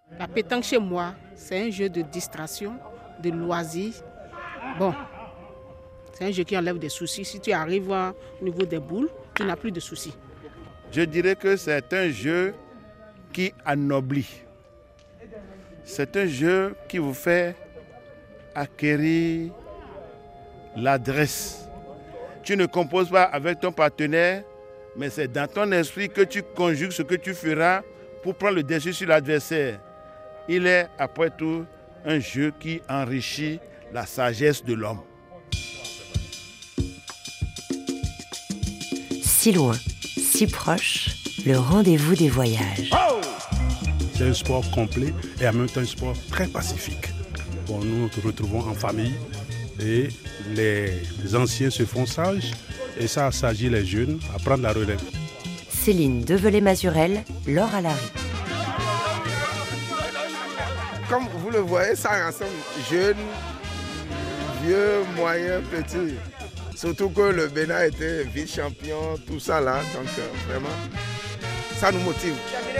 La pétanque chez moi, c'est un jeu de distraction, de loisir. Bon, c'est un jeu qui enlève des soucis. Si tu arrives au niveau des boules, tu n'as plus de soucis. Je dirais que c'est un jeu qui anoblit. C'est un jeu qui vous fait acquérir l'adresse. Tu ne composes pas avec ton partenaire, mais c'est dans ton esprit que tu conjugues ce que tu feras pour prendre le dessus sur l'adversaire. Il est, après tout, un jeu qui enrichit la sagesse de l'homme. Si loin, si proche, le rendez-vous des voyages. Oh! C'est un sport complet et en même temps un sport très pacifique. Bon, nous nous retrouvons en famille et les anciens se font sages et ça assagit les jeunes à prendre la relève. Céline Develay-Mazurel, Laure Alary. Comme vous le voyez, ça rassemble jeunes, vieux, moyens, petits. Surtout que le Bénin était vice-champion, tout ça là. Donc vraiment, ça nous motive.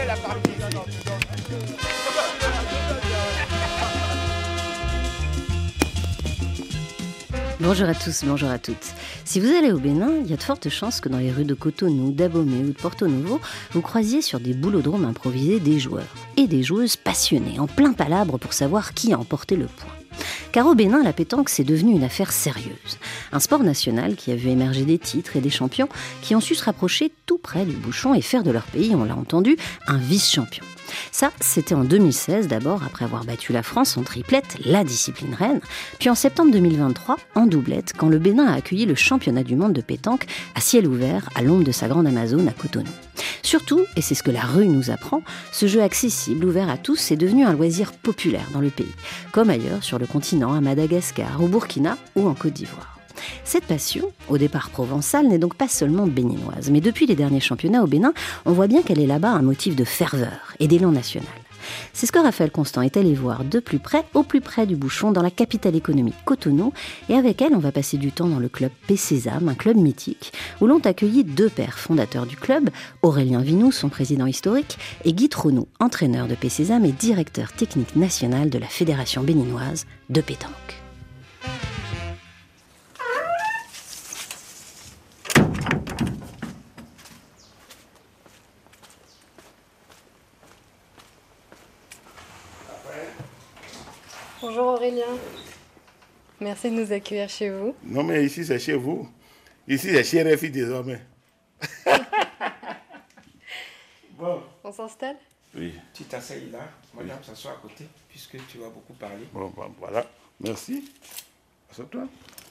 Bonjour à tous, bonjour à toutes. Si vous allez au Bénin, il y a de fortes chances que dans les rues de Cotonou, d'Abomey ou de Porto Novo, vous croisiez sur des boulodromes improvisés des joueurs et des joueuses passionnés, en plein palabre pour savoir qui a emporté le point. Car au Bénin, la pétanque, c'est devenu une affaire sérieuse. Un sport national qui a vu émerger des titres et des champions qui ont su se rapprocher tout près du bouchon et faire de leur pays, on l'a entendu, un vice-champion. Ça, c'était en 2016 d'abord, après avoir battu la France en triplette, la discipline reine, puis en septembre 2023, en doublette, quand le Bénin a accueilli le championnat du monde de pétanque à ciel ouvert, à l'ombre de sa grande Amazone à Cotonou. Surtout, et c'est ce que la rue nous apprend, ce jeu accessible, ouvert à tous, est devenu un loisir populaire dans le pays, comme ailleurs sur le continent, à Madagascar, au Burkina ou en Côte d'Ivoire. Cette passion, au départ provençale, n'est donc pas seulement béninoise, mais depuis les derniers championnats au Bénin, on voit bien qu'elle est là-bas un motif de ferveur et d'élan national. C'est ce que Raphaël Constant est allé voir de plus près, au plus près du bouchon, dans la capitale économique Cotonou, et avec elle, on va passer du temps dans le club P-Sésame, un club mythique, où l'ont accueilli deux pères fondateurs du club, Aurélien Vinou, son président historique, et Guy Tronou, entraîneur de P-Sésame et directeur technique national de la Fédération béninoise de pétanque. Bonjour Aurélien, merci de nous accueillir chez vous. Non mais ici c'est chez vous. Ici c'est chez RFI désormais. Bon. On s'installe ? Oui. Tu t'asseyes là, madame s'assoit à côté, puisque tu vas beaucoup parler. Bon, voilà. Merci. Assois-toi.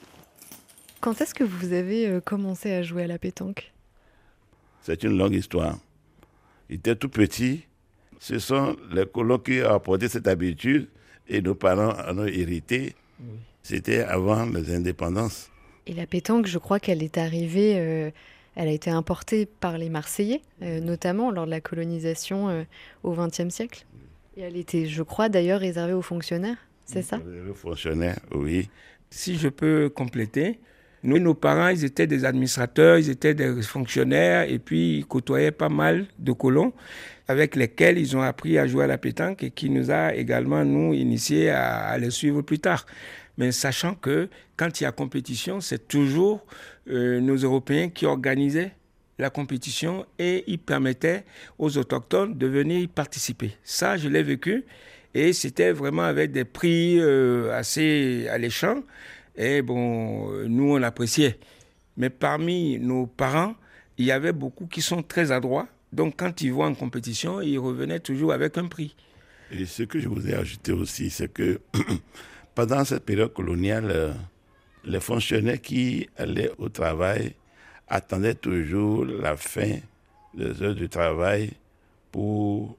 Quand est-ce que vous avez commencé à jouer à la pétanque ? C'est une longue histoire. Il était tout petit. Ce sont les colons qui ont apporté cette habitude et nos parents en ont hérité. Oui. C'était avant les indépendances. Et la pétanque, je crois qu'elle est arrivée, elle a été importée par les Marseillais, notamment lors de la colonisation au XXe siècle. Et elle était, je crois, d'ailleurs réservée aux fonctionnaires, c'est ça ? Aux fonctionnaires, oui. Si je peux compléter, nous, nos parents, ils étaient des administrateurs, ils étaient des fonctionnaires et puis ils côtoyaient pas mal de colons avec lesquels ils ont appris à jouer à la pétanque et qui nous a également, nous, initiés à les suivre plus tard. Mais sachant que quand il y a compétition, c'est toujours nos Européens qui organisaient la compétition et ils permettaient aux autochtones de venir y participer. Ça, je l'ai vécu et c'était vraiment avec des prix assez alléchants. Et bon, nous, on appréciait. Mais parmi nos parents, il y avait beaucoup qui sont très adroits. Donc, quand ils vont en compétition, ils revenaient toujours avec un prix. Et ce que je vous ai ajouté aussi, c'est que pendant cette période coloniale, les fonctionnaires qui allaient au travail attendaient toujours la fin des heures de travail pour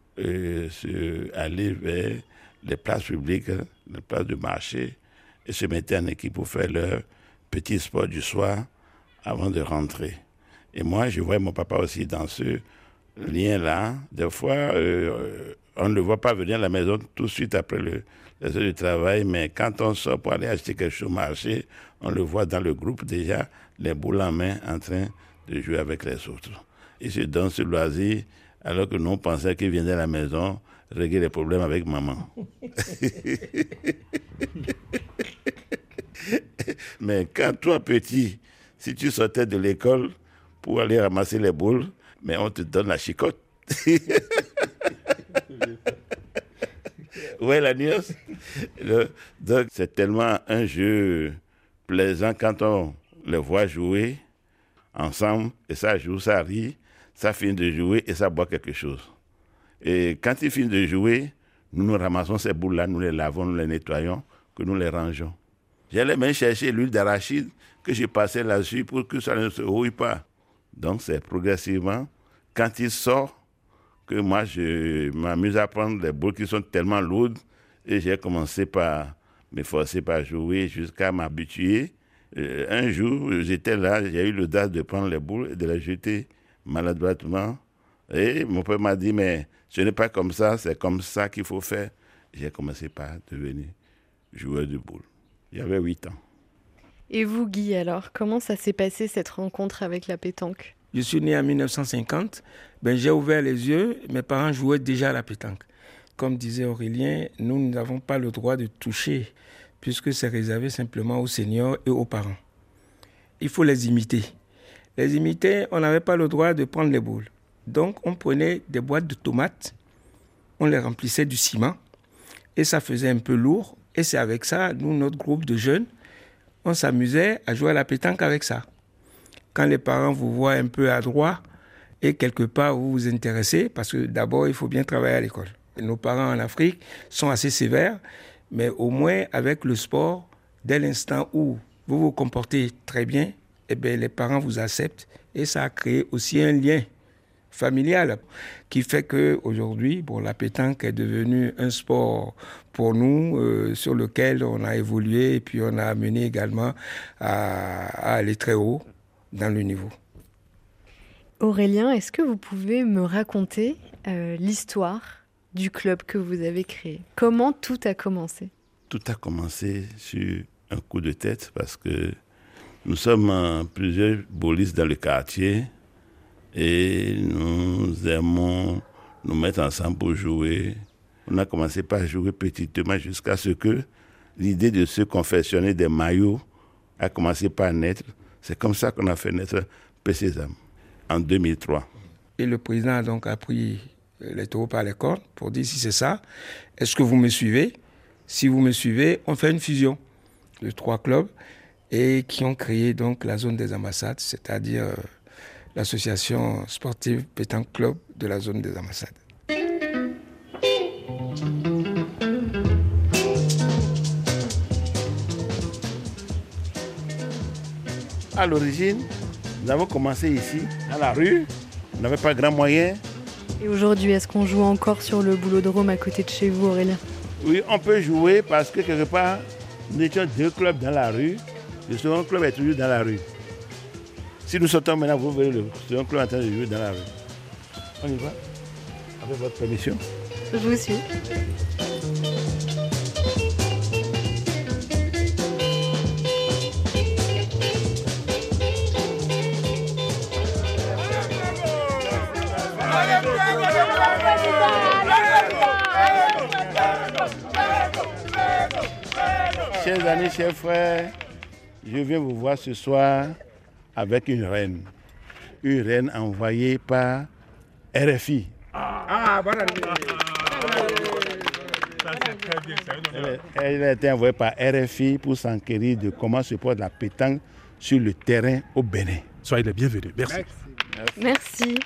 aller vers les places publiques, les places de marché, et se mettaient en équipe pour faire leur petit sport du soir avant de rentrer. Et moi, je voyais mon papa aussi dans ce lien-là. Des fois, on ne le voit pas venir à la maison tout de suite après les heures de travail, mais quand on sort pour aller acheter quelque chose au marché, on le voit dans le groupe déjà, les boules en main, en train de jouer avec les autres. Et c'est dans ce loisir, alors que nous pensions qu'il venait à la maison régler les problèmes avec maman. Mais quand toi, petit, si tu sortais de l'école pour aller ramasser les boules, mais on te donne la chicotte. Ouais, la nuance. Donc, c'est tellement un jeu plaisant quand on les voit jouer ensemble, et ça joue, ça rit, ça finit de jouer et ça boit quelque chose. Et quand ils finissent de jouer, nous ramassons ces boules-là, nous les lavons, nous les nettoyons, que nous les rangeons. J'allais même chercher l'huile d'arachide que je passais là-dessus pour que ça ne se rouille pas. Donc c'est progressivement, quand il sort, que moi je m'amuse à prendre des boules qui sont tellement lourdes et j'ai commencé par m'efforcer par jouer jusqu'à m'habituer. Un jour, j'étais là, j'ai eu l'audace de prendre les boules et de les jeter maladroitement. Et mon père m'a dit, mais ce n'est pas comme ça, c'est comme ça qu'il faut faire. J'ai commencé par devenir joueur de boules. J'avais 8 ans. Et vous, Guy, alors, comment ça s'est passé cette rencontre avec la pétanque ? Je suis né en 1950, j'ai ouvert les yeux, mes parents jouaient déjà à la pétanque. Comme disait Aurélien, nous n'avons pas le droit de toucher, puisque c'est réservé simplement aux seniors et aux parents. Il faut les imiter. Les imiter, on n'avait pas le droit de prendre les boules. Donc on prenait des boîtes de tomates, on les remplissait du ciment, et ça faisait un peu lourd. Et c'est avec ça, nous, notre groupe de jeunes, on s'amusait à jouer à la pétanque avec ça. Quand les parents vous voient un peu adroit et quelque part vous vous intéressez, parce que d'abord, il faut bien travailler à l'école. Et nos parents en Afrique sont assez sévères, mais au moins avec le sport, dès l'instant où vous vous comportez très bien, les parents vous acceptent et ça a créé aussi un lien familial qui fait qu'aujourd'hui, la pétanque est devenue un sport pour nous sur lequel on a évolué et puis on a amené également à aller très haut dans le niveau. Aurélien, est-ce que vous pouvez me raconter l'histoire du club que vous avez créé ? Comment tout a commencé ? Tout a commencé sur un coup de tête parce que nous sommes plusieurs bolistes dans le quartier et nous aimons nous mettre ensemble pour jouer. On a commencé par jouer petitement jusqu'à ce que l'idée de se confectionner des maillots a commencé par naître. C'est comme ça qu'on a fait naître PCSAM en 2003. Et le président donc a pris les taureaux par les cornes pour dire si c'est ça, est-ce que vous me suivez ? Si vous me suivez, on fait une fusion de 3 clubs et qui ont créé donc la zone des ambassades, c'est-à-dire l'association sportive Pétanque Club de la zone des ambassades. À l'origine, nous avons commencé ici, dans la rue. On n'avait pas grand moyen. Et aujourd'hui, est-ce qu'on joue encore sur le boulodrome à côté de chez vous, Aurélien ? Oui, on peut jouer parce que quelque part, nous étions 2 clubs dans la rue. Le second club est toujours dans la rue. Si nous sortons maintenant, vous verrez le second club en train de jouer dans la rue. On y va ? Avec votre permission ? Je vous suis. Chers amis, chers frères, je viens vous voir ce soir avec une reine. Une reine envoyée par RFI. Elle a été envoyée par RFI pour s'enquérir de comment se porte la pétanque sur le terrain au Bénin. Soyez les bienvenus. Merci. Merci.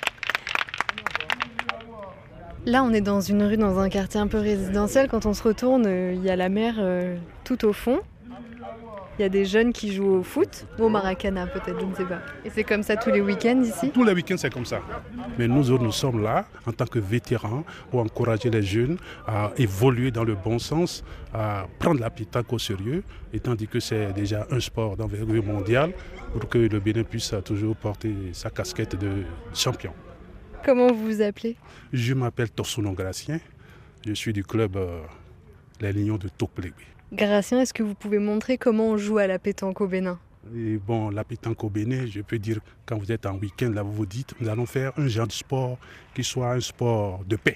Là, on est dans une rue, dans un quartier un peu résidentiel. Quand on se retourne, il y a la mer tout au fond. Il y a des jeunes qui jouent au foot, ou au maracana peut-être, je ne sais pas. Et c'est comme ça tous les week-ends ici ? Tous les week-ends, c'est comme ça. Mais nous autres, nous sommes là en tant que vétérans pour encourager les jeunes à évoluer dans le bon sens, à prendre la pétanque au sérieux, étant dit que c'est déjà un sport d'envergure mondiale pour que le Bénin puisse toujours porter sa casquette de champion. Comment vous vous appelez ? Je m'appelle Torsonon Gracien. Je suis du club Les Lions de Tokplé. Gracien, est-ce que vous pouvez montrer comment on joue à la pétanque au Bénin ? Et bon, la pétanque au Bénin, je peux dire, quand vous êtes en week-end, là, vous vous dites, nous allons faire un genre de sport qui soit un sport de paix.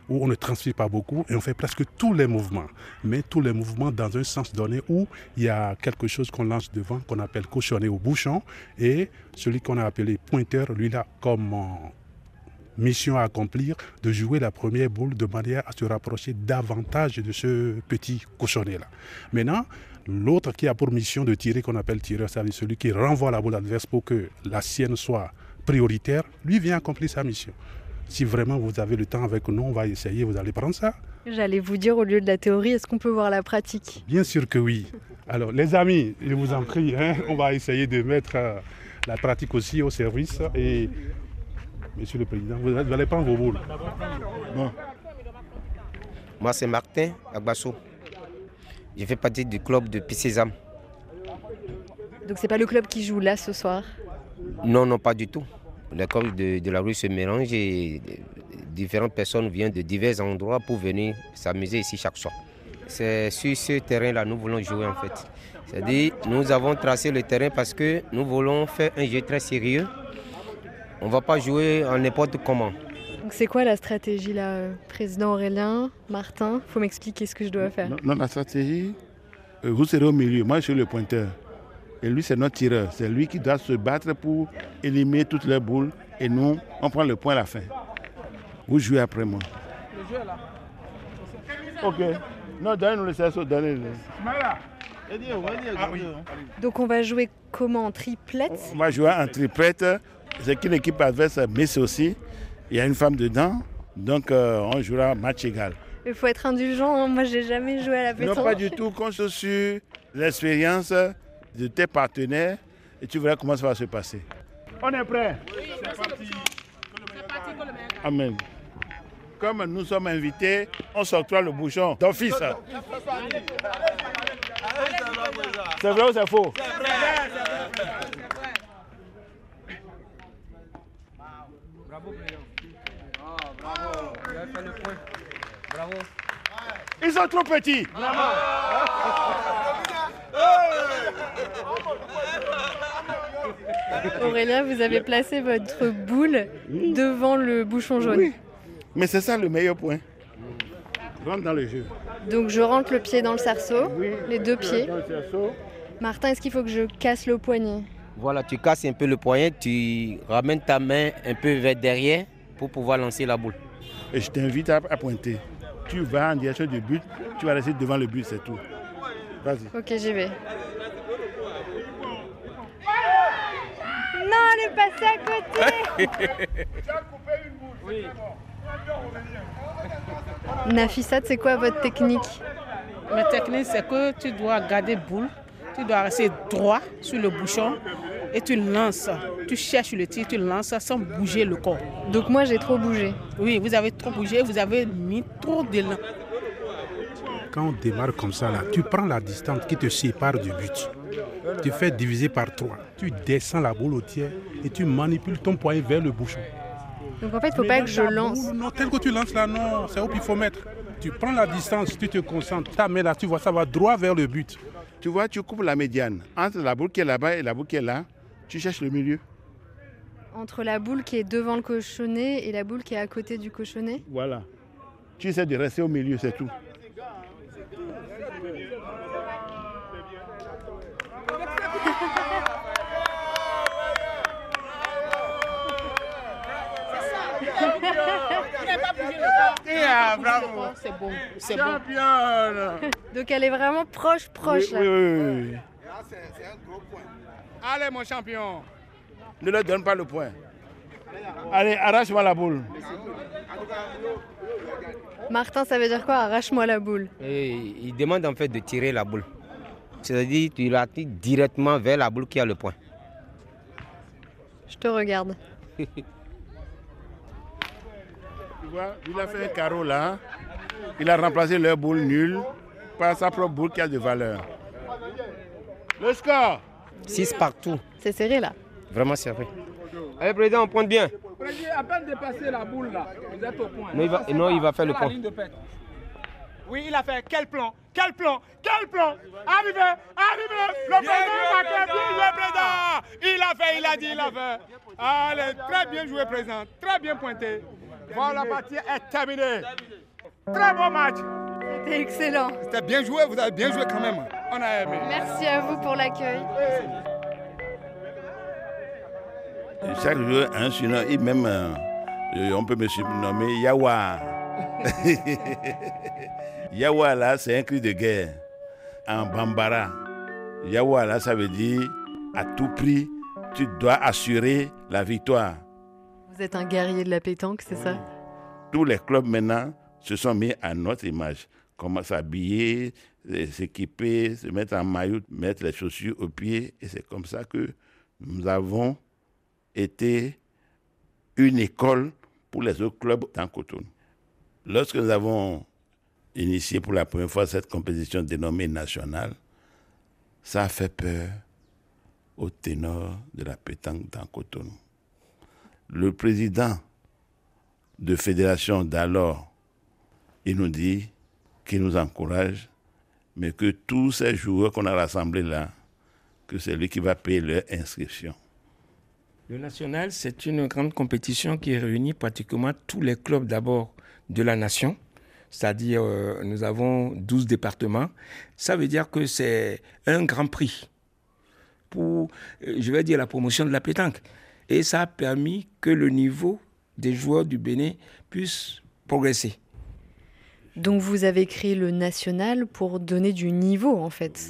où on ne transfère pas beaucoup et on fait presque tous les mouvements, mais tous les mouvements dans un sens donné où il y a quelque chose qu'on lance devant, qu'on appelle cochonnet au bouchon, et celui qu'on a appelé pointeur, lui là, comme mission à accomplir, de jouer la première boule de manière à se rapprocher davantage de ce petit cochonnet-là. Maintenant, l'autre qui a pour mission de tirer, qu'on appelle tireur, c'est celui qui renvoie la boule adverse pour que la sienne soit prioritaire, lui vient accomplir sa mission. Si vraiment vous avez le temps avec nous, on va essayer, vous allez prendre ça. J'allais vous dire, au lieu de la théorie, est-ce qu'on peut voir la pratique? Bien sûr que oui. Alors les amis, je vous en prie, on va essayer de mettre la pratique aussi au service. Et Monsieur le Président, vous allez prendre vos boules. Bon. Moi, c'est Martin Agbasso. Je fais partie du club de Pissésam. Donc c'est pas le club qui joue là ce soir? Non, non, pas du tout. Le club de la rue se mélange et différentes personnes viennent de divers endroits pour venir s'amuser ici chaque soir. C'est sur ce terrain-là nous voulons jouer en fait. C'est-à-dire nous avons tracé le terrain parce que nous voulons faire un jeu très sérieux. On ne va pas jouer en n'importe comment. Donc c'est quoi la stratégie là, Président Aurélien, Martin? Il faut m'expliquer ce que je dois faire. Non, la stratégie, vous serez au milieu, moi je suis le pointeur. Et lui c'est notre tireur, c'est lui qui doit se battre pour éliminer toutes les boules. Et nous, on prend le point à la fin. Vous jouez après moi. Le jeu est là. Ok. Non, donnez-nous le cerceau, donnez-le. Ah, oui. Donc on va jouer comment, en triplette? On va jouer en triplette. C'est qu'une équipe adverse, mais c'est aussi, il y a une femme dedans, donc on jouera match égal. Il faut être indulgent, hein. Moi j'ai jamais joué à la pétanque. Non, pas du tout, compte sur l'expérience de tes partenaires et tu verras comment ça va se passer. On est prêts? Oui, c'est parti. Amen. Comme nous sommes invités, on s'octroie le bouchon d'office. C'est vrai ou c'est faux? C'est vrai. Bravo, président. Bravo. Vous avez fait le point. Bravo. Ils sont trop petits. Aurélien, vous avez placé votre boule devant le bouchon jaune. Oui, mais c'est ça le meilleur point. Rentre dans le jeu. Donc je rentre le pied dans le cerceau, les deux pieds. Martin, est-ce qu'il faut que je casse le poignet? Voilà, tu casses un peu le poignet, tu ramènes ta main un peu vers derrière pour pouvoir lancer la boule. Et je t'invite à pointer. Tu vas en direction du but, tu vas rester devant le but, c'est tout. Vas-y. Ok, j'y vais. Non, elle est passée à côté. Nafissat, c'est quoi votre technique? Ma technique, c'est que tu dois garder boule, tu dois rester droit sur le bouchon et tu lances. Tu cherches le tir, tu lances sans bouger le corps. Donc moi, j'ai trop bougé. Oui, vous avez trop bougé, vous avez mis trop d'élan. Quand on démarre comme ça, là, tu prends la distance qui te sépare du but. Tu fais diviser par 3. Tu descends la boule au tiers et tu manipules ton poignet vers le bouchon. Donc en fait, il ne faut pas que je lance. Boule, non, tel que tu lances là, non, c'est où qu'il faut mettre. Tu prends la distance, tu te concentres. Ta main là, tu vois, ça va droit vers le but. Tu vois, tu coupes la médiane. Entre la boule qui est là-bas et la boule qui est là, tu cherches le milieu. Entre la boule qui est devant le cochonnet et la boule qui est à côté du cochonnet? Voilà. Tu essaies de rester au milieu, c'est tout. Bravo. C'est bon. C'est bon. Donc elle est vraiment proche là. Oui. C'est un gros point. Allez mon champion. Ne leur donne pas le point. Allez, arrache-moi la boule. Martin, ça veut dire quoi? Arrache-moi la boule. Et il demande en fait de tirer la boule. C'est-à-dire tu la tires directement vers la boule qui a le point. Je te regarde. Tu vois, il a fait un carreau là. Il a remplacé leur boule nulle par sa propre boule qui a de valeur. Le score 6 partout. C'est serré là. Vraiment serré. Allez, président, on pointe bien. Président, à peine dépassé la boule là, vous êtes au point. Non, il va faire le point. Oui, il a fait quel plan? Arrivé, le président marqué, bien joué, président. Il a dit. Allez, très bien joué, président, très bien pointé. Voilà, la partie est terminée. Très bon match. C'était excellent. C'était bien joué, vous avez bien joué quand même. On a aimé. Merci à vous pour l'accueil. Chaque joueur a un surnom, et même on peut me surnommer Yawa. Yawa là, c'est un cri de guerre en bambara. Yawa là, ça veut dire à tout prix, tu dois assurer la victoire. Vous êtes un guerrier de la pétanque, c'est ça? Tous les clubs maintenant se sont mis à notre image. Comment s'habiller, s'équiper, se mettre en maillot, mettre les chaussures aux pieds. Et c'est comme ça que nous avons été une école pour les autres clubs dans Cotonou. Lorsque nous avons initié pour la première fois cette compétition dénommée nationale, ça a fait peur aux ténors de la pétanque dans Cotonou. Le président de fédération d'alors, il nous dit qu'il nous encourage, mais que tous ces joueurs qu'on a rassemblés là, que c'est lui qui va payer leur inscription. Le national, c'est une grande compétition qui réunit pratiquement tous les clubs d'abord de la nation. C'est-à-dire, nous avons 12 départements. Ça veut dire que c'est un grand prix pour, je vais dire, la promotion de la pétanque. Et ça a permis que le niveau des joueurs du Bénin puisse progresser. Donc vous avez créé le national pour donner du niveau, en fait.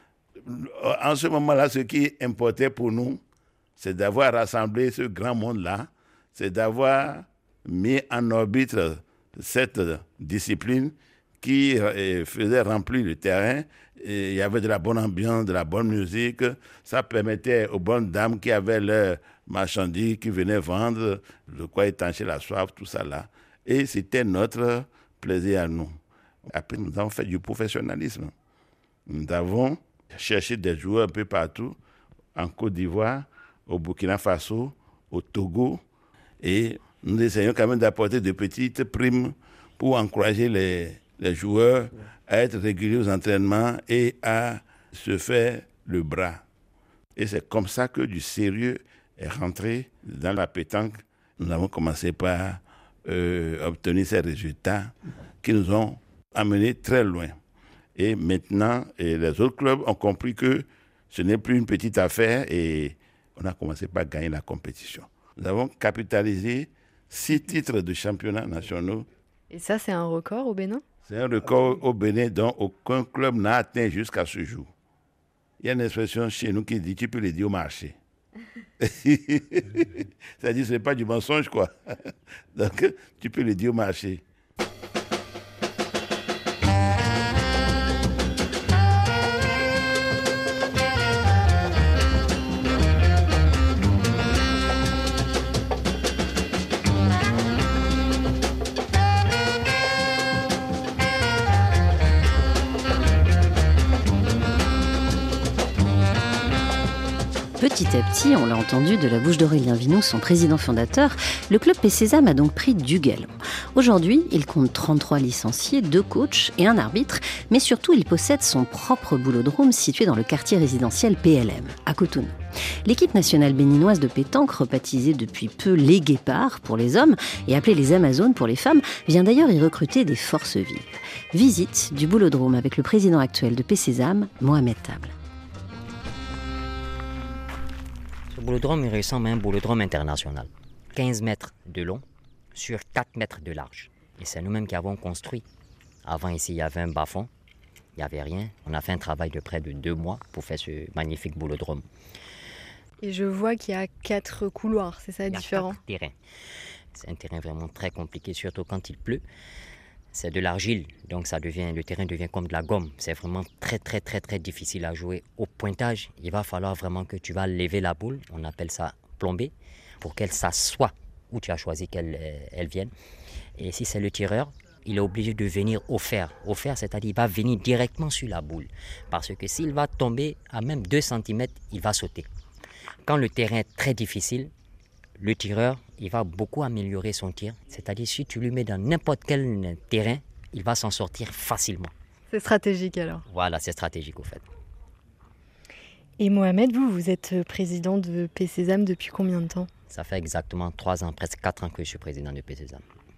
En ce moment-là, ce qui importait pour nous, c'est d'avoir rassemblé ce grand monde-là, c'est d'avoir mis en orbite cette discipline qui faisait remplir le terrain. Et il y avait de la bonne ambiance, de la bonne musique. Ça permettait aux bonnes dames qui avaient leurs marchandises, qui venaient vendre, de quoi étancher la soif, tout ça là. Et c'était notre plaisir à nous. Après, nous avons fait du professionnalisme. Nous avons cherché des joueurs un peu partout, en Côte d'Ivoire, au Burkina Faso, au Togo. Et nous essayons quand même d'apporter de petites primes pour encourager les joueurs à être réguliers aux entraînements et à se faire le bras. Et c'est comme ça que du sérieux est rentré dans la pétanque. Nous avons commencé par obtenir ces résultats qui nous ont amenés très loin. Et maintenant, les autres clubs ont compris que ce n'est plus une petite affaire et on a commencé par gagner la compétition. Nous avons capitalisé 6 titres de championnats nationaux. Et ça, c'est un record au Bénin? C'est un record au Bénin dont aucun club n'a atteint jusqu'à ce jour. Il y a une expression chez nous qui dit « tu peux le dire au marché ». C'est-à-dire que ce n'est pas du mensonge, quoi. Donc, tu peux le dire au marché. Petit à petit, on l'a entendu de la bouche d'Aurélien Vinou, son président fondateur, le club P-Sésame a donc pris du galon. Aujourd'hui, il compte 33 licenciés, 2 coachs et un arbitre, mais surtout il possède son propre boulodrome situé dans le quartier résidentiel PLM, à Cotonou. L'équipe nationale béninoise de pétanque, rebaptisée depuis peu les Guépards pour les hommes et appelée les Amazones pour les femmes, vient d'ailleurs y recruter des forces vives. Visite du boulodrome avec le président actuel de P-Sésame, Mohamed Table. Ce boulodrome, il ressemble à un boulodrome international. 15 mètres de long sur 4 mètres de large. Et c'est nous-mêmes qui avons construit. Avant, ici, il y avait un bas-fond. Il n'y avait rien. On a fait un travail de près de 2 mois pour faire ce magnifique boulodrome. Et je vois qu'il y a 4 couloirs, c'est ça, différent? Il y a 4 terrains. C'est un terrain vraiment très compliqué, surtout quand il pleut. C'est de l'argile, donc le terrain devient comme de la gomme. C'est vraiment très, très, très, très difficile à jouer. Au pointage, il va falloir vraiment que tu vas lever la boule, on appelle ça plomber, pour qu'elle s'assoie où tu as choisi qu'elle vienne. Et si c'est le tireur, il est obligé de venir au fer. Au fer, c'est-à-dire qu'il va venir directement sur la boule. Parce que s'il va tomber à même 2 cm, il va sauter. Quand le terrain est très difficile, le tireur, il va beaucoup améliorer son tir. C'est-à-dire, si tu lui mets dans n'importe quel terrain, il va s'en sortir facilement. C'est stratégique alors? Voilà, c'est stratégique au fait. Et Mohamed, vous êtes président de P-Sésame depuis combien de temps? Ça fait exactement 3 ans, presque 4 ans que je suis président de P-Sésame.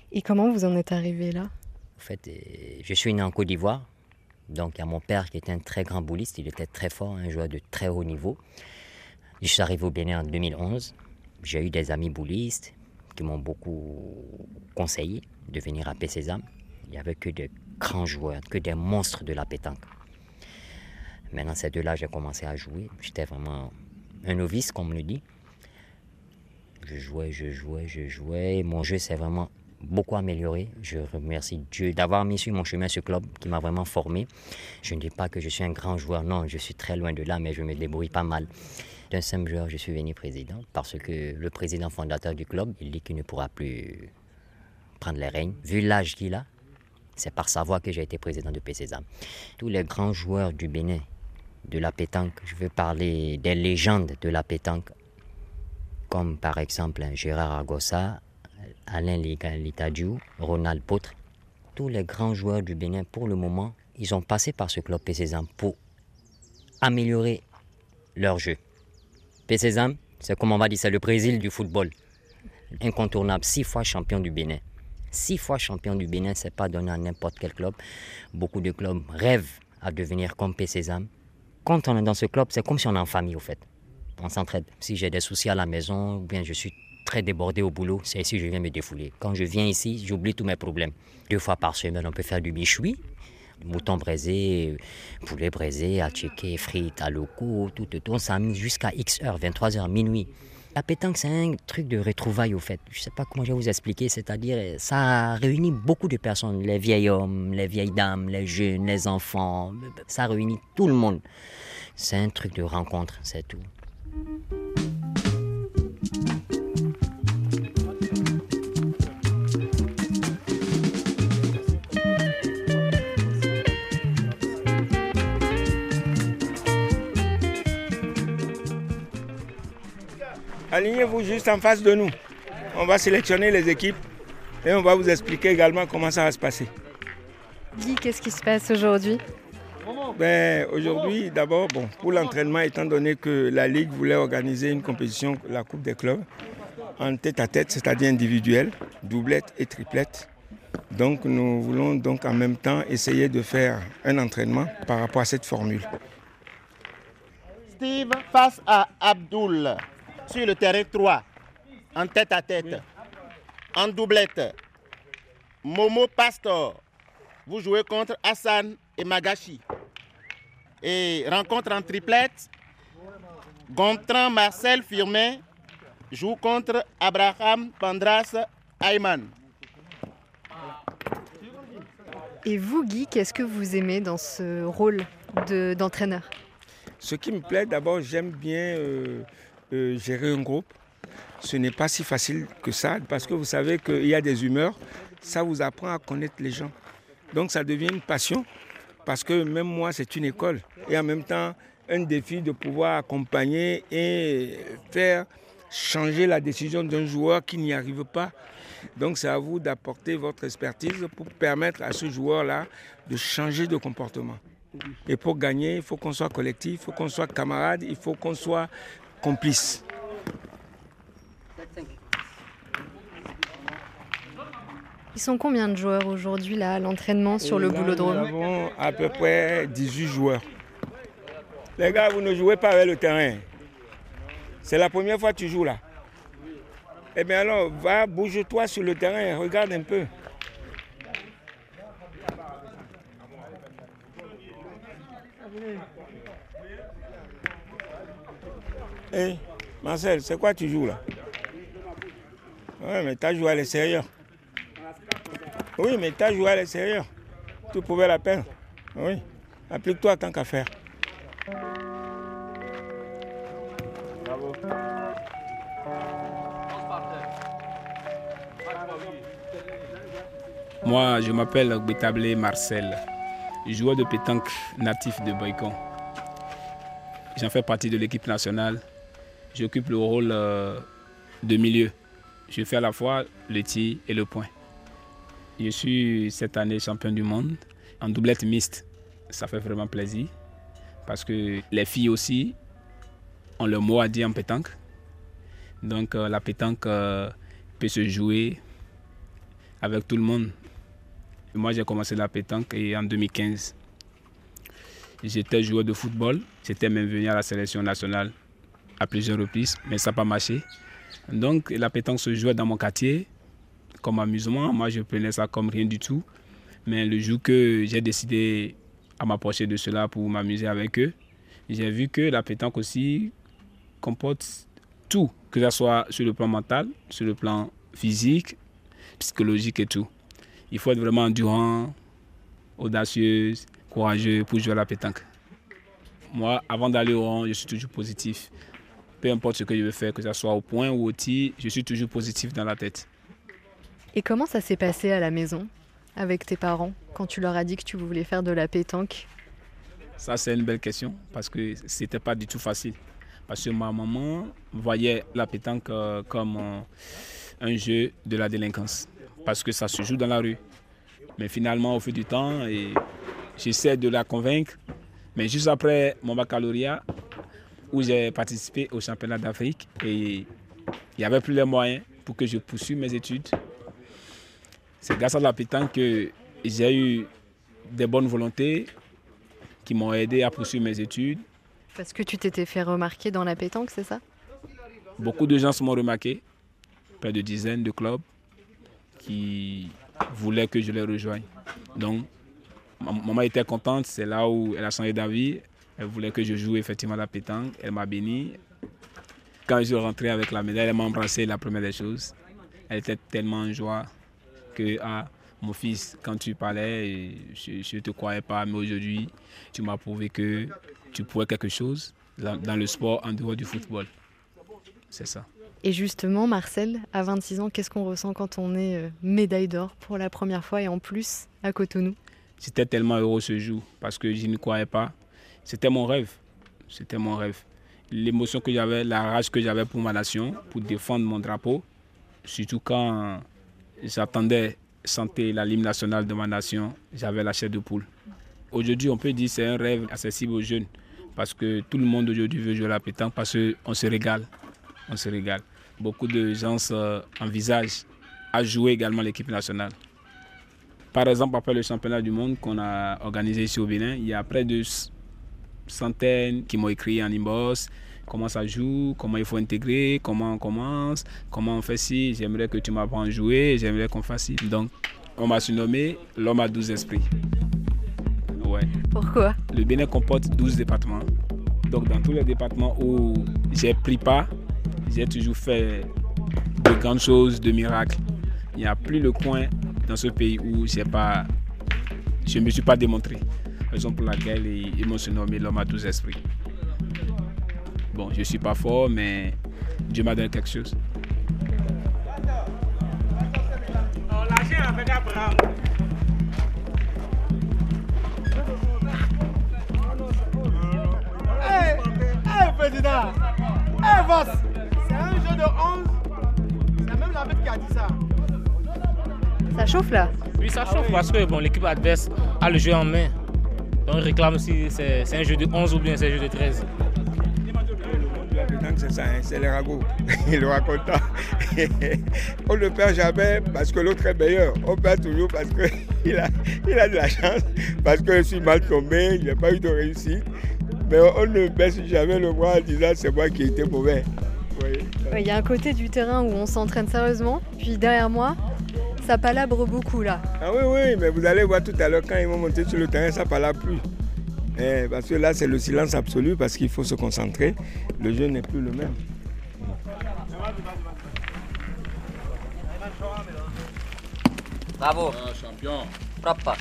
Et comment vous en êtes arrivé là? En fait, je suis né en Côte d'Ivoire. Donc, il y a mon père qui était un très grand bouliste. Il était très fort, un joueur de très haut niveau. Je suis arrivé au Bénin en 2011. J'ai eu des amis boulistes qui m'ont beaucoup conseillé de venir à Pésésam. Il n'y avait que des grands joueurs, que des monstres de la pétanque. Maintenant, ces deux-là, j'ai commencé à jouer. J'étais vraiment un novice, comme on le dit. Je jouais. Mon jeu s'est vraiment beaucoup amélioré. Je remercie Dieu d'avoir mis sur mon chemin ce club qui m'a vraiment formé. Je ne dis pas que je suis un grand joueur, non, je suis très loin de là, mais je me débrouille pas mal. D'un simple joueur, je suis devenu président parce que le président fondateur du club, il dit qu'il ne pourra plus prendre les rênes. Vu l'âge qu'il a, c'est par sa voix que j'ai été président de Pésésam. Tous les grands joueurs du Bénin, de la pétanque, je veux parler des légendes de la pétanque, comme par exemple Gérard Agossa, Alain Litadiou, Ronald Potre. Tous les grands joueurs du Bénin, pour le moment, ils ont passé par ce club Pésésam pour améliorer leur jeu. Pésésam, c'est comme on va dire, c'est le Brésil du football. Incontournable, 6 fois champion du Bénin. 6 fois champion du Bénin, c'est pas donné à n'importe quel club. Beaucoup de clubs rêvent à devenir comme Pésésam. Quand on est dans ce club, c'est comme si on est en famille, au fait. On s'entraide. Si j'ai des soucis à la maison, ou bien je suis très débordé au boulot, c'est ici que je viens me défouler. Quand je viens ici, j'oublie tous mes problèmes. 2 fois par semaine, on peut faire du michoui, mouton braisé, poulet braisé, attiqué, frites, à loco, tout. On s'amuse jusqu'à X heures, 23h, minuit. La pétanque, c'est un truc de retrouvailles, au fait. Je ne sais pas comment je vais vous expliquer, c'est-à-dire, ça réunit beaucoup de personnes. Les vieils hommes, les vieilles dames, les jeunes, les enfants. Ça réunit tout le monde. C'est un truc de rencontre, c'est tout. Alignez-vous juste en face de nous. On va sélectionner les équipes et on va vous expliquer également comment ça va se passer. Guy, qu'est-ce qui se passe aujourd'hui? Aujourd'hui, d'abord, pour l'entraînement, étant donné que la Ligue voulait organiser une compétition, la Coupe des clubs, en tête-à-tête, c'est-à-dire individuelle, doublette et triplette. Donc nous voulons donc en même temps essayer de faire un entraînement par rapport à cette formule. Steve face à Abdoul sur le terrain 3, en tête-à-tête. Oui. En doublette, Momo Pastor, vous jouez contre Hassan et Magashi. Et rencontre en triplette, Gontran Marcel Firmin joue contre Abraham Pandras Ayman. Et vous, Guy, qu'est-ce que vous aimez dans ce rôle d'entraîneur? Ce qui me plaît, d'abord, j'aime bien gérer un groupe. Ce n'est pas si facile que ça, parce que vous savez qu'il y a des humeurs. Ça vous apprend à connaître les gens. Donc ça devient une passion, parce que même moi, c'est une école. Et en même temps, un défi de pouvoir accompagner et faire changer la décision d'un joueur qui n'y arrive pas. Donc c'est à vous d'apporter votre expertise pour permettre à ce joueur-là de changer de comportement. Et pour gagner, il faut qu'on soit collectif, il faut qu'on soit camarade, il faut qu'on soit complice. Ils sont combien de joueurs aujourd'hui là, à l'entraînement sur le boulodrome? Nous avons à peu près 18 joueurs. Les gars, vous ne jouez pas avec le terrain. C'est la première fois que tu joues là. Eh bien alors, va, bouge-toi sur le terrain et regarde un peu. Hey, Marcel, c'est quoi tu joues là? Ouais, mais tu as joué à l'extérieur. Oui, mais tu as joué à l'extérieur. Tu pouvais la peine. Oui, applique-toi tant qu'à faire. Bravo. Moi, je m'appelle Bétablé Marcel, joueur de pétanque natif de Boycon. J'en fais partie de l'équipe nationale. J'occupe le rôle de milieu. Je fais à la fois le tir et le point. Je suis cette année champion du monde en doublette mixte. Ça fait vraiment plaisir parce que les filles aussi ont leur mot à dire en pétanque. Donc la pétanque peut se jouer avec tout le monde. Moi, j'ai commencé la pétanque en 2015. J'étais joueur de football. J'étais même venu à la sélection nationale à plusieurs reprises, mais ça n'a pas marché. Donc, la pétanque se jouait dans mon quartier comme amusement. Moi, je prenais ça comme rien du tout. Mais le jour que j'ai décidé à m'approcher de cela pour m'amuser avec eux, j'ai vu que la pétanque aussi comporte tout, que ce soit sur le plan mental, sur le plan physique, psychologique et tout. Il faut être vraiment endurant, audacieux, courageux pour jouer à la pétanque. Moi, avant d'aller au rang, je suis toujours positif. Peu importe ce que je veux faire, que ce soit au point ou au tir, je suis toujours positif dans la tête. Et comment ça s'est passé à la maison avec tes parents quand tu leur as dit que tu voulais faire de la pétanque? Ça, c'est une belle question parce que c'était pas du tout facile. Parce que ma maman voyait la pétanque comme un jeu de la délinquance. Parce que ça se joue dans la rue. Mais finalement, au fil du temps, j'essaie de la convaincre. Mais juste après mon baccalauréat, où j'ai participé au championnat d'Afrique, et il n'y avait plus les moyens pour que je poursuive mes études. C'est grâce à la pétanque que j'ai eu des bonnes volontés qui m'ont aidé à poursuivre mes études. Parce que tu t'étais fait remarquer dans la pétanque, c'est ça? Beaucoup de gens se m'ont remarqué, près de dizaines de clubs qui voulaient que je les rejoigne. Donc, maman était contente, c'est là où elle a changé d'avis. Elle voulait que je joue effectivement à la pétanque, elle m'a béni. Quand je suis rentré avec la médaille, elle m'a embrassé, la première des choses. Elle était tellement en joie que, mon fils, quand tu parlais, je ne te croyais pas, mais aujourd'hui, tu m'as prouvé que tu pouvais quelque chose dans le sport en dehors du football. C'est ça. Et justement, Marcel, à 26 ans, qu'est-ce qu'on ressent quand on est médaille d'or pour la première fois et en plus à Cotonou? J'étais tellement heureux ce jour parce que je ne croyais pas. C'était mon rêve. C'était mon rêve. L'émotion que j'avais, la rage que j'avais pour ma nation, pour défendre mon drapeau, surtout quand j'attendais chanter la l'hymne nationale de ma nation, j'avais la chair de poule. Aujourd'hui, on peut dire que c'est un rêve accessible aux jeunes parce que tout le monde aujourd'hui veut jouer à la pétanque parce qu'on se régale. On se régale. Beaucoup de gens envisagent à jouer également l'équipe nationale. Par exemple, après le championnat du monde qu'on a organisé ici au Bénin, il y a près de centaines qui m'ont écrit en inbox. Comment ça joue, comment il faut intégrer, comment on commence, comment on fait ci, j'aimerais que tu m'apprennes à jouer, j'aimerais qu'on fasse ci. Donc, on m'a surnommé l'homme à 12 esprits. Ouais. Pourquoi? Le Bénin comporte 12 départements. Donc, dans tous les départements où j'ai pris part, j'ai toujours fait de grandes choses, de miracles. Il n'y a plus le coin dans ce pays où je ne me suis pas démontré. Raison pour laquelle ils m'ont surnommé l'homme à 12 esprits. Bon, je ne suis pas fort, mais Dieu m'a donné quelque chose. Hey, président! Hey, Voss! C'est un jeu de 11. C'est même l'arbitre qui a dit ça. Ça chauffe là? Oui, ça chauffe parce que l'équipe adverse a le jeu en main. Donc, il réclame si c'est un jeu de 11 ou bien c'est un jeu de 13. C'est ça, c'est les ragots. Il le raconte. On ne perd jamais parce que l'autre est meilleur. On perd toujours parce qu'il a de la chance, parce que je suis mal tombé, il n'a pas eu de réussite. Mais on ne baisse jamais le bras en disant c'est moi qui étais mauvais. Il y a un côté du terrain où on s'entraîne sérieusement, puis derrière moi, ça palabre beaucoup là. Ah oui, mais vous allez voir tout à l'heure quand ils vont monter sur le terrain, ça palabre plus. Parce que là, c'est le silence absolu parce qu'il faut se concentrer. Le jeu n'est plus le même. Bravo. Champion. Frappe pas.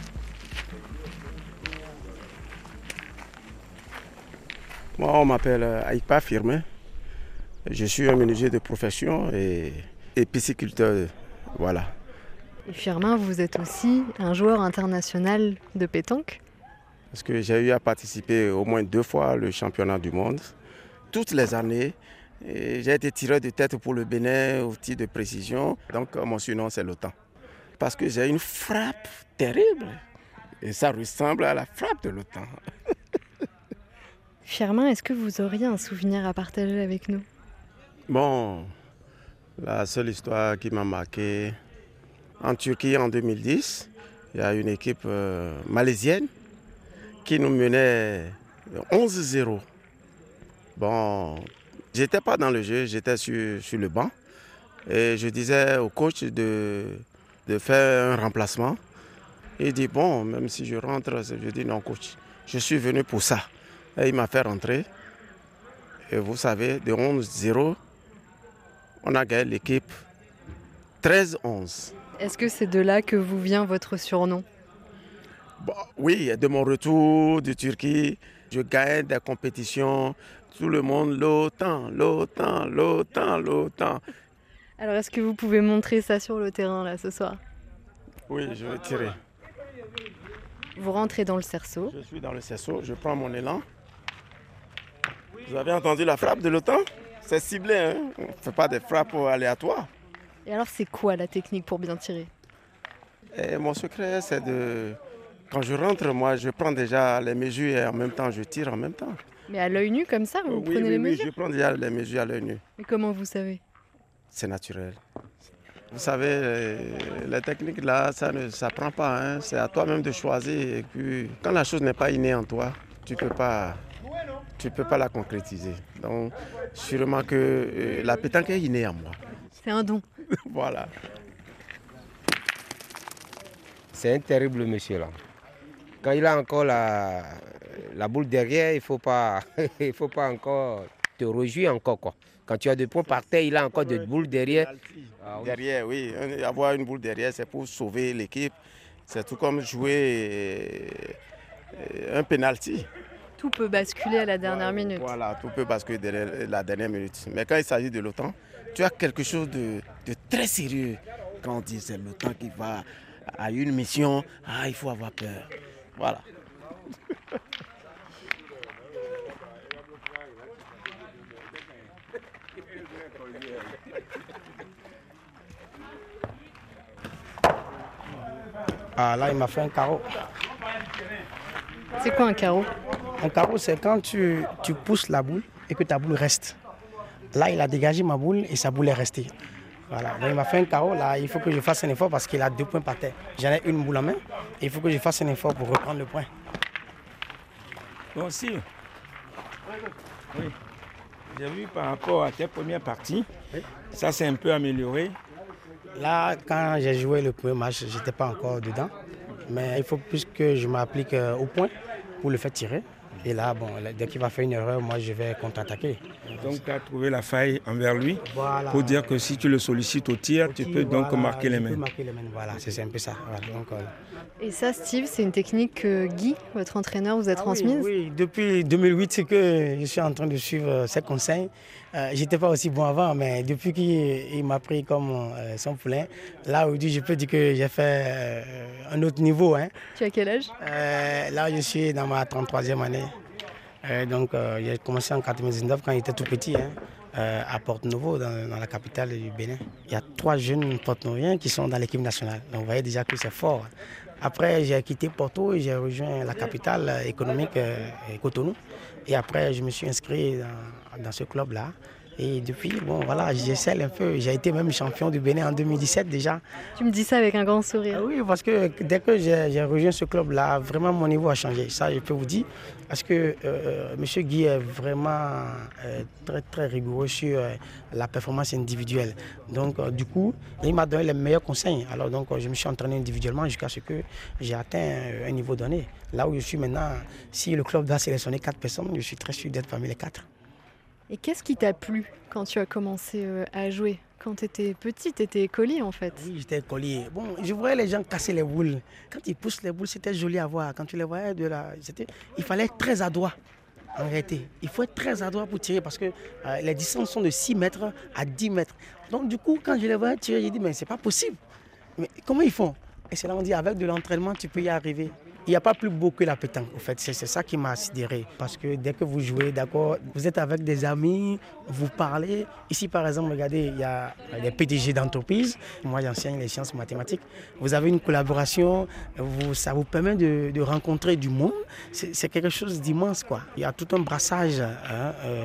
Moi, on m'appelle Aïpa Firmin. Je suis un menuisier de profession et pisciculteur. Voilà. Et Firmin, vous êtes aussi un joueur international de pétanque? Parce que j'ai eu à participer au moins 2 fois au championnat du monde. Toutes les années, j'ai été tireur de tête pour le Bénin au tir de précision. Donc mon surnom, c'est l'OTAN. Parce que j'ai une frappe terrible. Et ça ressemble à la frappe de l'OTAN. Firmin, est-ce que vous auriez un souvenir à partager avec nous? Bon, la seule histoire qui m'a marqué, En Turquie, en 2010, il y a une équipe malaisienne qui nous menait 11-0. Bon, j'étais pas dans le jeu, j'étais sur le banc. Et je disais au coach de faire un remplacement. Il dit, bon, même si je rentre, je dis non coach, je suis venu pour ça. Et il m'a fait rentrer. Et vous savez, de 11-0, on a gagné l'équipe 13-11. Est-ce que c'est de là que vous vient votre surnom? Bon, oui, de mon retour de Turquie, je gagne des compétitions. Tout le monde, l'OTAN. Alors, est-ce que vous pouvez montrer ça sur le terrain, là, ce soir? Oui, je vais tirer. Vous rentrez dans le cerceau. Je suis dans le cerceau, je prends mon élan. Vous avez entendu la frappe de l'OTAN? C'est ciblé, hein? On ne fait pas des frappes aléatoires. Et alors, c'est quoi la technique pour bien tirer? Mon secret, c'est de... Quand je rentre, moi, je prends déjà les mesures et en même temps, je tire en même temps. Mais à l'œil nu, comme ça, vous prenez les mesures? Oui, je prends déjà les mesures à l'œil nu. Mais comment vous savez? C'est naturel. Vous savez, les techniques là, ça ne s'apprend pas. Hein. C'est à toi-même de choisir. Et puis, quand la chose n'est pas innée en toi, tu peux pas la concrétiser. Donc, sûrement que la pétanque est innée en moi. C'est un don. Voilà. C'est un terrible monsieur là. Quand il a encore la boule derrière, il faut pas encore te réjouir encore quoi. Quand tu as des points par terre, il a encore des boules derrière. Ah, oui. Derrière, oui. Avoir une boule derrière, c'est pour sauver l'équipe. C'est tout comme jouer un penalty. Tout peut basculer à la dernière minute. Voilà, tout peut basculer à la dernière minute. Mais quand il s'agit de l'OTAN, tu as quelque chose de très sérieux. Quand on dit c'est l'OTAN qui va à une mission, il faut avoir peur. Voilà. Ah, là, il m'a fait un carreau. C'est quoi un carreau? Un carreau, c'est quand tu pousses la boule et que ta boule reste. Là, il a dégagé ma boule et sa boule est restée. Voilà. Donc, il m'a fait un carreau. Là, il faut que je fasse un effort parce qu'il a 2 points par terre. J'en ai une boule en main et il faut que je fasse un effort pour reprendre le point. Bon, si. Oui. J'ai vu par rapport à tes premières parties, ça s'est un peu amélioré. Là, quand j'ai joué le premier match, je n'étais pas encore dedans. Mais il faut plus que je m'applique au point pour le faire tirer. Et là, bon, dès qu'il va faire une erreur, moi, je vais contre-attaquer. Donc, tu as trouvé la faille envers lui voilà. Pour dire que si tu le sollicites au tir, tu peux donc marquer les mains. Tu peux marquer les mains, voilà, c'est un peu ça. Voilà, donc, Et ça, Steve, c'est une technique que Guy, votre entraîneur, vous a transmise? Oui, depuis 2008, c'est que je suis en train de suivre ses conseils. Je n'étais pas aussi bon avant, mais depuis qu'il m'a pris comme son poulain, là aujourd'hui, je peux dire que j'ai fait un autre niveau. Hein. Tu as quel âge? Là, je suis dans ma 33e année. Donc, j'ai commencé en 99 quand j'étais tout petit, hein, à Porto-Novo, dans la capitale du Bénin. Il y a 3 jeunes porto-noviens qui sont dans l'équipe nationale. Donc, vous voyez déjà que c'est fort. Après, j'ai quitté Porto et j'ai rejoint la capitale économique, Cotonou. Et après, je me suis inscrit dans ce club-là. Et depuis, bon, voilà, j'essaie un peu. J'ai été même champion du Bénin en 2017 déjà. Tu me dis ça avec un grand sourire. Oui, parce que dès que j'ai rejoint ce club-là, vraiment mon niveau a changé. Ça, je peux vous dire. Parce que M. Guy est vraiment très, très rigoureux sur la performance individuelle. Donc, du coup, il m'a donné les meilleurs conseils. Alors, donc, je me suis entraîné individuellement jusqu'à ce que j'ai atteint un niveau donné. Là où je suis maintenant, si le club doit sélectionner 4 personnes, je suis très sûr d'être parmi les 4. Et qu'est-ce qui t'a plu quand tu as commencé à jouer? Quand tu étais petit, tu étais écolier en fait. Oui, j'étais écolier. Bon, je voyais les gens casser les boules. Quand ils poussent les boules, c'était joli à voir. Quand tu les voyais de là, il fallait être très adroit. En réalité, il faut être très adroit pour tirer parce que les distances sont de 6 mètres à 10 mètres. Donc du coup, quand je les voyais tirer, j'ai dit, mais c'est pas possible. Mais comment ils font? Et c'est là on dit, avec de l'entraînement, tu peux y arriver. Il n'y a pas plus beau que la pétanque, en fait. C'est ça qui m'a sidéré. Parce que dès que vous jouez, d'accord, vous êtes avec des amis, vous parlez. Ici, par exemple, regardez, il y a les PDG d'entreprise. Moi, j'enseigne les sciences mathématiques. Vous avez une collaboration, ça vous permet de rencontrer du monde. C'est quelque chose d'immense, quoi. Il y a tout un brassage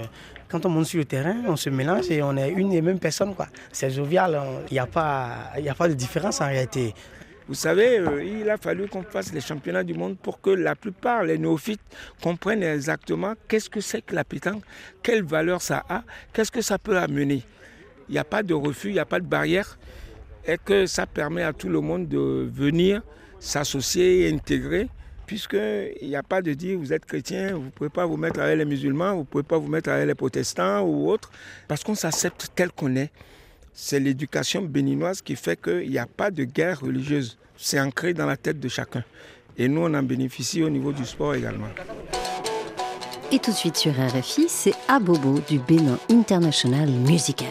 Quand on monte sur le terrain, on se mélange et on est une et même personne, quoi. C'est jovial, il n'y a pas de différence en réalité. Vous savez, il a fallu qu'on fasse les championnats du monde pour que la plupart, les néophytes, comprennent exactement qu'est-ce que c'est que la pétanque, quelle valeur ça a, qu'est-ce que ça peut amener. Il n'y a pas de refus, il n'y a pas de barrière, et que ça permet à tout le monde de venir s'associer et intégrer, puisqu'il n'y a pas de dire vous êtes chrétien, vous ne pouvez pas vous mettre avec les musulmans, vous ne pouvez pas vous mettre avec les protestants ou autres, parce qu'on s'accepte tel qu'on est. C'est l'éducation béninoise qui fait qu'il n'y a pas de guerre religieuse. C'est ancré dans la tête de chacun. Et nous, on en bénéficie au niveau du sport également. Et tout de suite sur RFI, c'est Abobo du Bénin International Musical.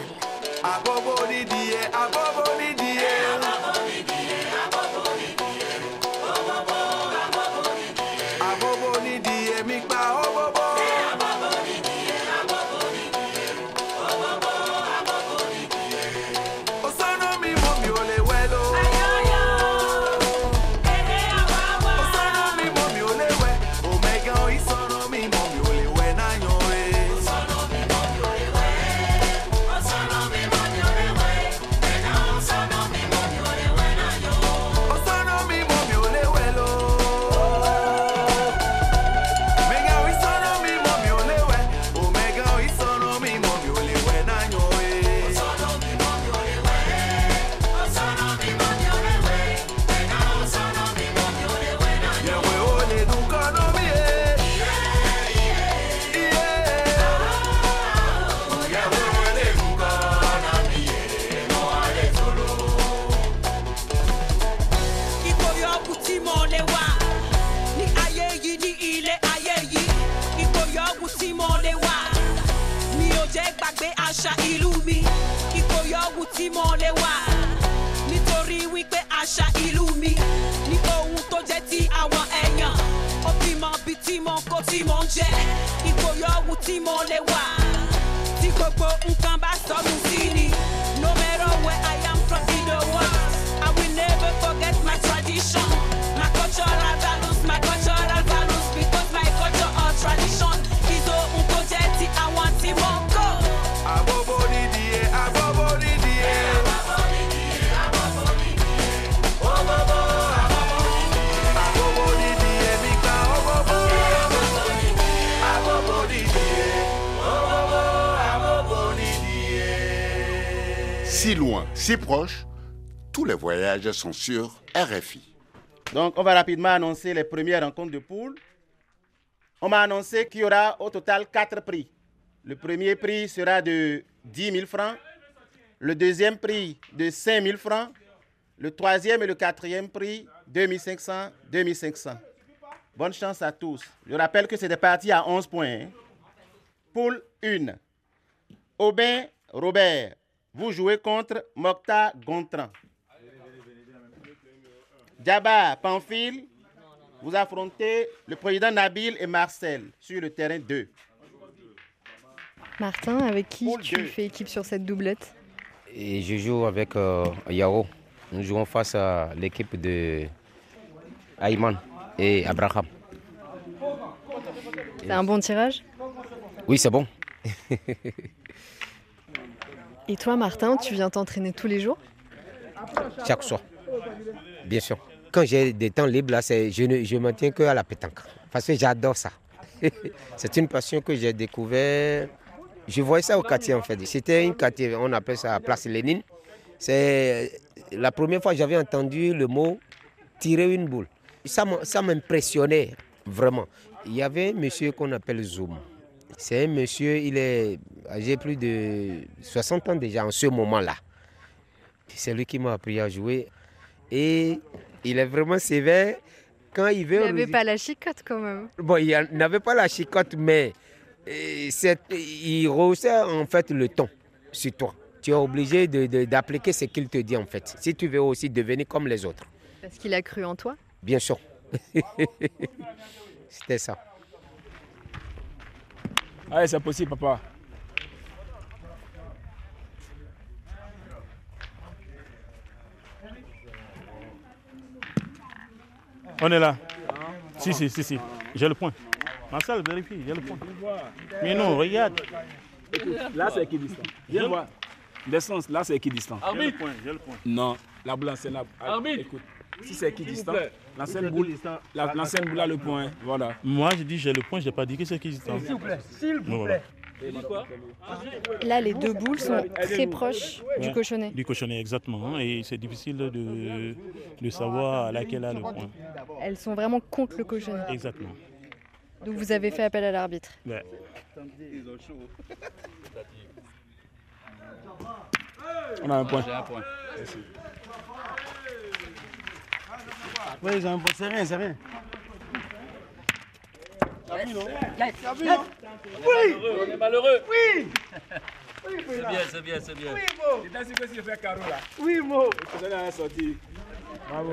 àṣà ìlú mi ìkòyọ̀wù tí mo lè wà nítorí wípé àṣà ìlú mi ní ohun tó jẹ́ ti àwọn èèyàn ó fi mọ bí tí mo kó tí mo ń jẹ ìkòyọ̀wù tí mo lè wà tí gbogbo nǹkan bá sọnù sí ni no matter where I am from in the world I will never forget my tradition my cultural values because my culture or tradition is ohun tó jẹ́ ti àwọn tí mo kó. Si loin, si proche, tous les voyages sont sur RFI. Donc, on va rapidement annoncer les premières rencontres de poules. On m'a annoncé qu'il y aura au total 4 prix. Le premier prix sera de 10 000 francs, le deuxième prix de 5 000 francs, le troisième et le quatrième prix 2500, 2500. Bonne chance à tous. Je rappelle que c'est des parties à 11 points. Poule 1. Aubin Robert, vous jouez contre Mokhtar Gontran. Djaba Pamphile, vous affrontez le président Nabil et Marcel sur le terrain 2. Martin, avec qui tu fais équipe sur cette doublette? Et je joue avec Yao. Nous jouons face à l'équipe de Ayman et Abraham. C'est un bon tirage? Oui, c'est bon. Et toi, Martin, tu viens t'entraîner tous les jours? Chaque soir, bien sûr. Quand j'ai des temps libres, là, je ne me tiens qu'à la pétanque. Parce que j'adore ça. C'est une passion que j'ai découvert. Je voyais ça au quartier, en fait. C'était une quartier, on appelle ça Place Lénine. C'est la première fois que j'avais entendu le mot « tirer une boule ». Ça m'impressionnait, vraiment. Il y avait un monsieur qu'on appelle Zoum. C'est un monsieur, il est âgé plus de 60 ans déjà en ce moment-là. C'est lui qui m'a appris à jouer. Et il est vraiment sévère. Quand il veut... Il n'avait pas la chicotte quand même. Bon, il n'avait pas la chicotte, mais il rehaussait en fait le ton sur toi. Tu es obligé d'appliquer ce qu'il te dit en fait. Si tu veux aussi devenir comme les autres. Parce qu'il a cru en toi? Bien sûr. C'était ça. Allez, c'est possible, papa. On est là. Si. J'ai le point. Marcel, vérifie, j'ai le point. Mais non, regarde. Là, c'est équidistant. Viens voir. Descends, là, c'est équidistant. J'ai le point. Non, la boule ancienne. Arbitre. Écoute, si c'est équidistant, l'ancienne boule a le point. Voilà. Moi, je dis j'ai le point, je n'ai pas dit que c'est équidistant. S'il vous plaît, s'il vous plaît. Là, les deux boules sont très proches du cochonnet. Du cochonnet, exactement. Et c'est difficile de savoir à laquelle a le point. Elles sont vraiment contre le cochonnet. Exactement. Donc vous avez fait appel à l'arbitre. Ouais. On a un point. Oui, ils ont un point. C'est rien, c'est rien. Oui. On est malheureux. Oui. C'est bien. Oui, Mo. C'est ainsi que si je fais carreau là. Oui, Mo. Le cochonnet a sorti. Bravo.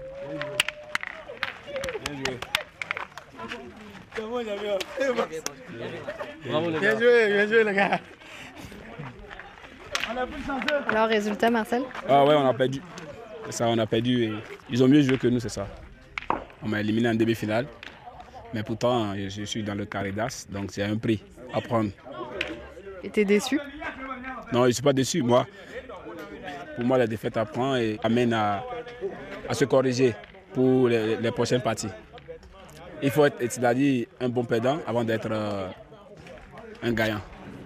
Bien joué. Comment j'avais Bravo les gars. Bien joué les gars. On a plus chanceux. Alors, résultat, Marcel? Ah ouais, on a perdu. C'est ça, on a perdu. Et ils ont mieux joué que nous, c'est ça. On m'a éliminé en demi-finale. Mais pourtant, je suis dans le carré d'as, donc c'est un prix à prendre. Et t'es déçu? Non, je ne suis pas déçu. Pour moi, la défaite apprend et amène à se corriger pour les prochaines parties. Il faut être, c'est-à-dire, un bon perdant avant d'être un gagnant.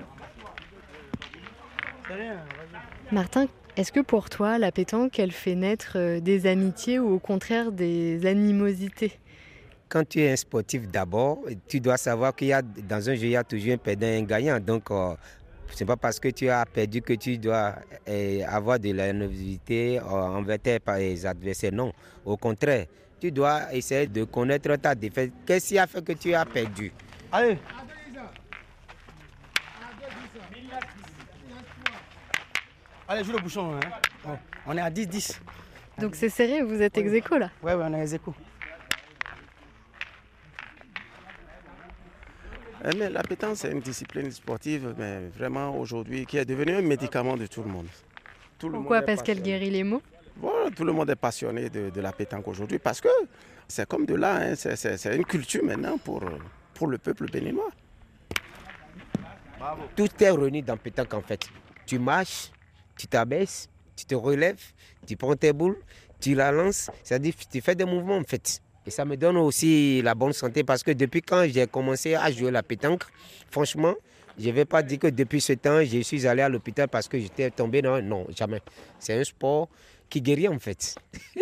Martin, est-ce que pour toi, la pétanque, elle fait naître des amitiés ou au contraire des animosités? Quand tu es un sportif d'abord, tu dois savoir qu'il y a dans un jeu, il y a toujours un perdant et un gagnant. Donc, ce n'est pas parce que tu as perdu que tu dois avoir de l'animosité envers tes adversaires. Non, au contraire, tu dois essayer de connaître ta défaite. Qu'est-ce qui a fait que tu as perdu? Allez. Allez, joue le bouchon. Hein. Oh, on est à 10-10. Donc c'est serré, vous êtes ex-aequo là? Ouais, on est ex-aequo. Mais la pétanque, c'est une discipline sportive, mais vraiment aujourd'hui, qui est devenue un médicament de tout le monde. Pourquoi? Parce qu'elle guérit les maux? Voilà, tout le monde est passionné de la pétanque aujourd'hui parce que c'est comme de là, hein, c'est une culture maintenant pour le peuple béninois. Tout est réuni dans pétanque en fait. Tu marches, tu t'abaisses, tu te relèves, tu prends tes boules, tu la lances, c'est-à-dire tu fais des mouvements en fait. Et ça me donne aussi la bonne santé parce que depuis quand j'ai commencé à jouer la pétanque, franchement, je ne vais pas dire que depuis ce temps, je suis allé à l'hôpital parce que j'étais tombé. Non, jamais. C'est un sport qui guérit en fait.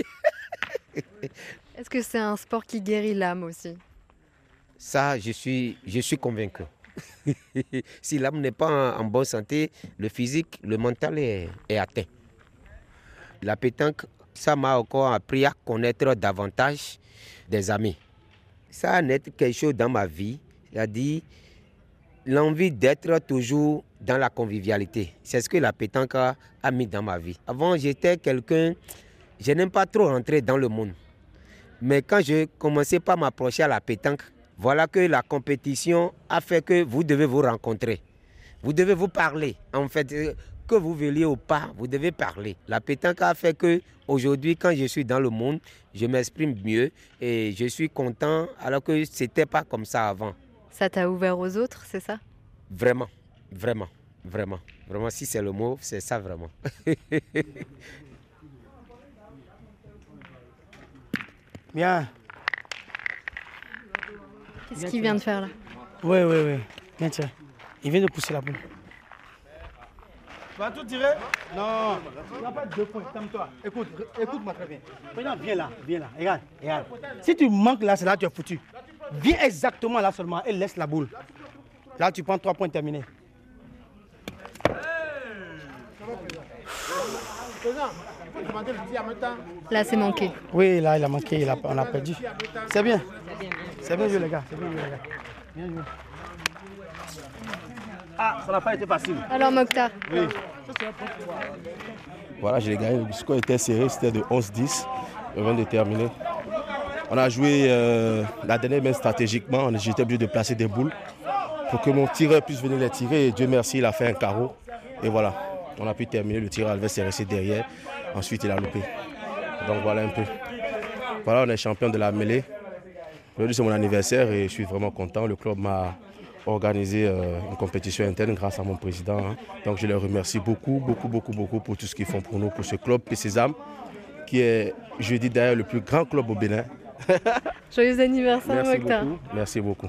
Est-ce que c'est un sport qui guérit l'âme aussi? Ça, je suis convaincu. Si l'âme n'est pas en bonne santé, le physique, le mental est atteint. La pétanque, ça m'a encore appris à connaître davantage des amis. Ça a naître quelque chose dans ma vie, c'est-à-dire l'envie d'être toujours dans la convivialité. C'est ce que la pétanque a mis dans ma vie. Avant, j'étais quelqu'un, je n'aime pas trop rentrer dans le monde. Mais quand je commençais par m'approcher à la pétanque, voilà que la compétition a fait que vous devez vous rencontrer. Vous devez vous parler. En fait, que vous veuillez ou pas, vous devez parler. La pétanque a fait que aujourd'hui, quand je suis dans le monde, je m'exprime mieux et je suis content alors que ce n'était pas comme ça avant. Ça t'a ouvert aux autres, c'est ça? Vraiment, vraiment, vraiment. Vraiment, si c'est le mot, c'est ça vraiment. Bien. Qu'est-ce qu'il vient de faire là? Oui. Viens, tiens. Il vient de pousser la boule. Tu vas tout tirer? Non. Il n'y a pas de 2 points, calme-toi. Écoute-moi très bien. Maintenant, viens là. Regarde. Si tu manques là, c'est là que tu es foutu. Viens exactement là seulement et laisse la boule. Là, tu prends 3 points terminés. Là, c'est manqué. Oui, là, il a manqué. On a perdu. C'est bien. C'est bien joué, les gars. Bien joué. Ah, ça n'a pas été facile. Alors, Mokhtar? Oui. Voilà, je l'ai gagné. Le score était serré, c'était de 11-10. On vient de terminer. On a joué la dernière main stratégiquement. J'étais obligé de placer des boules pour que mon tireur puisse venir les tirer. Et Dieu merci, il a fait un carreau. Et voilà, on a pu terminer. Le tireur Alves est resté derrière. Ensuite, il a loupé. Donc voilà un peu. Voilà, on est champion de la mêlée. Aujourd'hui, c'est mon anniversaire et je suis vraiment content. Le club m'a organisé une compétition interne grâce à mon président. Hein. Donc je les remercie beaucoup pour tout ce qu'ils font pour nous, pour ce club PCSAM, qui est, je dis d'ailleurs, le plus grand club au Bénin. Joyeux anniversaire, Mokhtar. Merci beaucoup.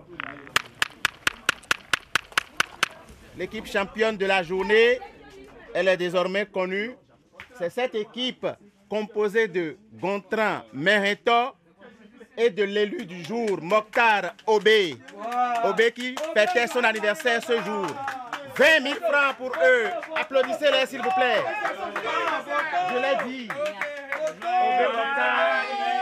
L'équipe championne de la journée, elle est désormais connue. C'est cette équipe composée de Gontran Merheto et de l'élu du jour, Mokhtar Obé. Obé qui fêtait son anniversaire ce jour. 20 000 francs pour eux. Applaudissez-les s'il vous plaît. Je l'ai dit. Obé Mokhtar.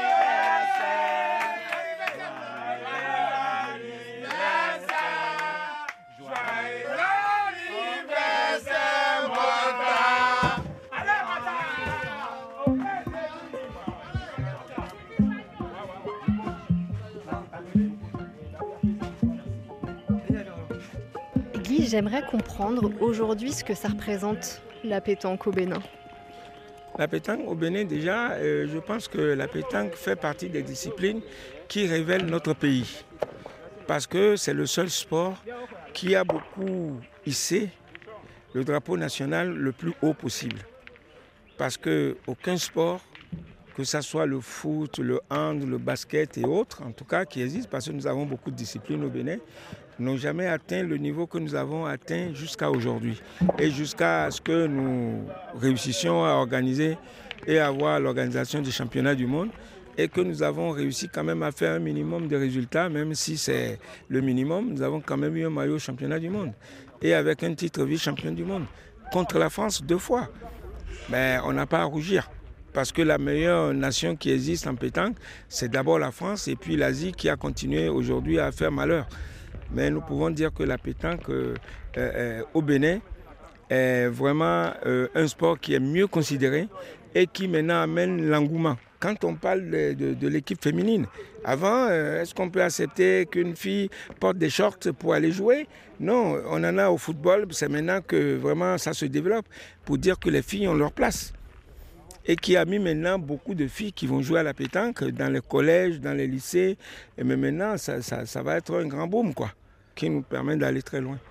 Guy, j'aimerais comprendre aujourd'hui ce que ça représente, la pétanque au Bénin. La pétanque au Bénin, déjà, je pense que la pétanque fait partie des disciplines qui révèlent notre pays. Parce que c'est le seul sport qui a beaucoup hissé le drapeau national le plus haut possible. Parce qu'aucun sport, que ce soit le foot, le hand, le basket et autres, en tout cas, qui existent, parce que nous avons beaucoup de disciplines au Bénin, n'ont jamais atteint le niveau que nous avons atteint jusqu'à aujourd'hui. Et jusqu'à ce que nous réussissions à organiser et avoir l'organisation du championnat du monde, et que nous avons réussi quand même à faire un minimum de résultats, même si c'est le minimum, nous avons quand même eu un maillot championnat du monde. Et avec un titre vice-champion du monde, contre la France 2 fois. Mais on n'a pas à rougir. Parce que la meilleure nation qui existe en pétanque, c'est d'abord la France et puis l'Asie qui a continué aujourd'hui à faire malheur. Mais nous pouvons dire que la pétanque au Bénin est vraiment un sport qui est mieux considéré et qui maintenant amène l'engouement. Quand on parle de l'équipe féminine, avant, est-ce qu'on peut accepter qu'une fille porte des shorts pour aller jouer? Non, on en a au football, c'est maintenant que vraiment ça se développe pour dire que les filles ont leur place. Et qui a mis maintenant beaucoup de filles qui vont jouer à la pétanque dans les collèges, dans les lycées. Et mais maintenant, ça va être un grand boom, quoi, qui nous permet d'aller très loin.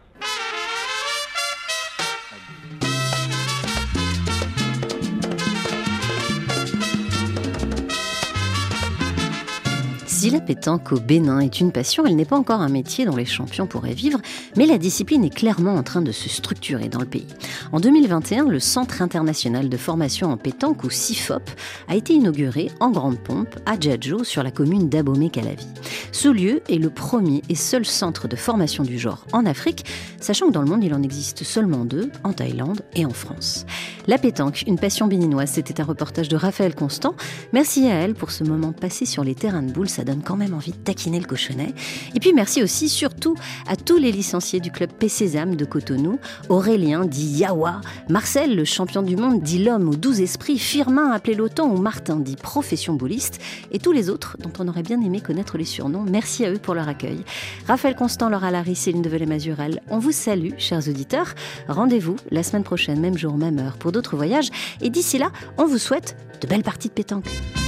Si la pétanque au Bénin est une passion, elle n'est pas encore un métier dont les champions pourraient vivre, mais la discipline est clairement en train de se structurer dans le pays. En 2021, le Centre international de formation en pétanque, ou CIFOP, a été inauguré en grande pompe à Djadjo, sur la commune d'Abomey-Calavi. Ce lieu est le premier et seul centre de formation du genre en Afrique, sachant que dans le monde, il en existe seulement 2, en Thaïlande et en France. La pétanque, une passion béninoise, c'était un reportage de Raphaël Constant. Merci à elle pour ce moment passé sur les terrains de boules, ça donne quand même envie de taquiner le cochonnet. Et puis merci aussi, surtout, à tous les licenciés du club PCSAM de Cotonou, Aurélien dit Yawa, Marcel, le champion du monde, dit l'homme aux 12 esprits, Firmin, appelé l'OTAN, ou Martin, dit profession bouliste, et tous les autres dont on aurait bien aimé connaître les surnoms. Merci à eux pour leur accueil. Raphaël Constant, Laura Larry, Céline Develay-Mazurel, on vous salue, chers auditeurs. Rendez-vous la semaine prochaine, même jour, même heure, pour d'autres voyages. Et d'ici là, on vous souhaite de belles parties de pétanque.